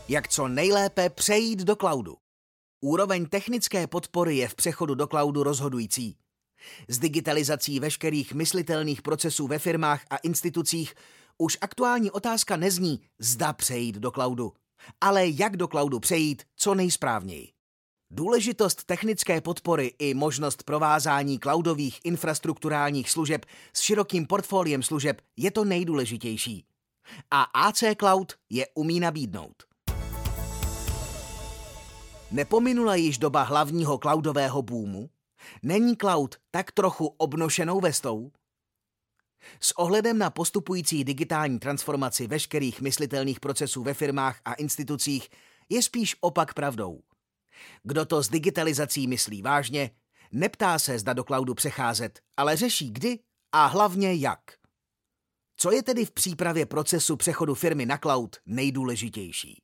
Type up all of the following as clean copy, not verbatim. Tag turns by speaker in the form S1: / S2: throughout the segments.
S1: Jak co nejlépe přejít do cloudu. Úroveň technické podpory je v přechodu do cloudu rozhodující. S digitalizací veškerých myslitelných procesů ve firmách a institucích už aktuální otázka nezní, zda přejít do cloudu, ale jak do cloudu přejít co nejsprávněji. Důležitost technické podpory i možnost provázání cloudových infrastrukturálních služeb s širokým portfoliem služeb je to nejdůležitější. A AC Cloud je umí nabídnout. Nepominula již doba hlavního cloudového boomu? Není cloud tak trochu obnošenou vestou? S ohledem na postupující digitální transformaci veškerých myslitelných procesů ve firmách a institucích je spíš opak pravdou. Kdo to s digitalizací myslí vážně, neptá se, zda do cloudu přecházet, ale řeší kdy a hlavně jak. Co je tedy v přípravě procesu přechodu firmy na cloud nejdůležitější?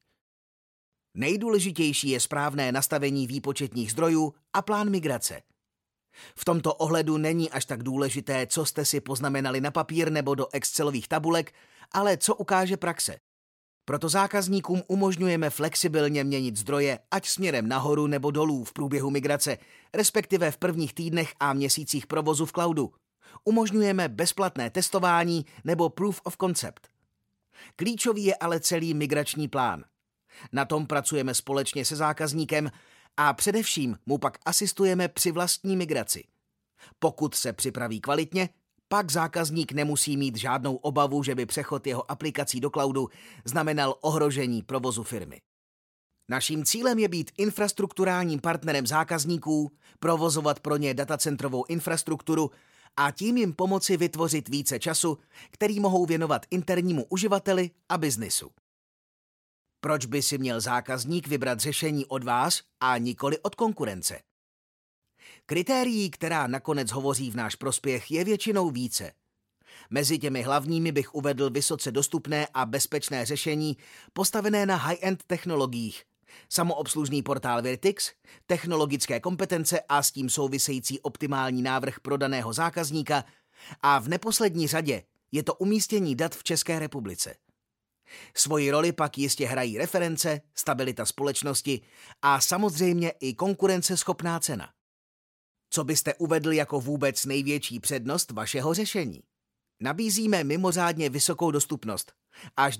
S1: Nejdůležitější je správné nastavení výpočetních zdrojů a plán migrace. V tomto ohledu není až tak důležité, co jste si poznamenali na papír nebo do Excelových tabulek, ale co ukáže praxe. Proto zákazníkům umožňujeme flexibilně měnit zdroje, ať směrem nahoru nebo dolů v průběhu migrace, respektive v prvních týdnech a měsících provozu v cloudu. Umožňujeme bezplatné testování nebo proof of concept. Klíčový je ale celý migrační plán. Na tom pracujeme společně se zákazníkem a především mu pak asistujeme při vlastní migraci. Pokud se připraví kvalitně, pak zákazník nemusí mít žádnou obavu, že by přechod jeho aplikací do cloudu znamenal ohrožení provozu firmy. Naším cílem je být infrastrukturálním partnerem zákazníků, provozovat pro ně datacentrovou infrastrukturu a tím jim pomoci vytvořit více času, který mohou věnovat internímu uživateli a biznisu. Proč by si měl zákazník vybrat řešení od vás a nikoli od konkurence? Kritérií, která nakonec hovoří v náš prospěch, je většinou více. Mezi těmi hlavními bych uvedl vysoce dostupné a bezpečné řešení postavené na high-end technologiích, samoobslužný portál Virtix, technologické kompetence a s tím související optimální návrh pro daného zákazníka a v neposlední řadě je to umístění dat v České republice. Svoji roli pak jistě hrají reference, stabilita společnosti a samozřejmě i konkurenceschopná cena. Co byste uvedl jako vůbec největší přednost vašeho řešení? Nabízíme mimořádně vysokou dostupnost, až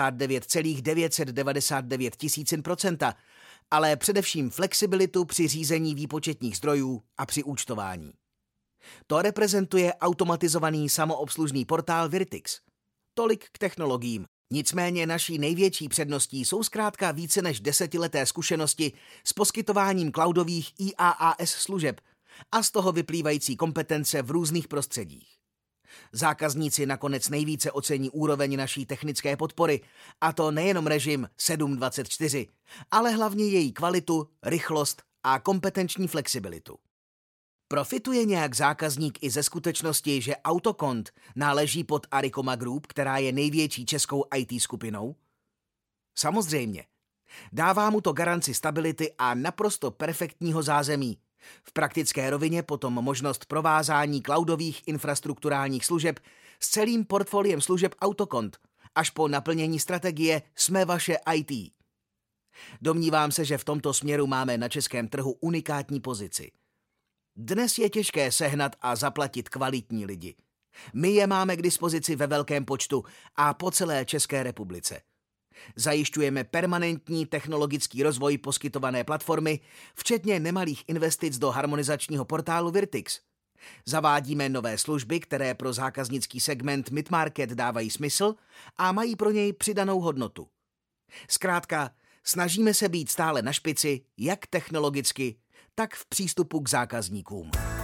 S1: 99,999 %, ale především flexibilitu při řízení výpočetních zdrojů a při účtování. To reprezentuje automatizovaný samoobslužný portál Virtix. Tolik k technologiím. Nicméně naší největší předností jsou zkrátka více než 10leté zkušenosti s poskytováním cloudových IaaS služeb a z toho vyplývající kompetence v různých prostředích. Zákazníci nakonec nejvíce ocení úroveň naší technické podpory, a to nejenom režim 7/24, ale hlavně její kvalitu, rychlost a kompetenční flexibilitu. Profituje nějak zákazník i ze skutečnosti, že Autokont náleží pod Arikoma Group, která je největší českou IT skupinou? Samozřejmě. Dává mu to garanci stability a naprosto perfektního zázemí. V praktické rovině potom možnost provázání cloudových infrastrukturálních služeb s celým portfoliem služeb Autokont. Až po naplnění strategie jsme vaše IT. Domnívám se, že v tomto směru máme na českém trhu unikátní pozici. Dnes je těžké sehnat a zaplatit kvalitní lidi. My je máme k dispozici ve velkém počtu a po celé České republice. Zajišťujeme permanentní technologický rozvoj poskytované platformy, včetně nemalých investic do harmonizačního portálu Virtix. Zavádíme nové služby, které pro zákaznický segment mid-market dávají smysl a mají pro něj přidanou hodnotu. Zkrátka, snažíme se být stále na špici, jak technologicky, tak v přístupu k zákazníkům.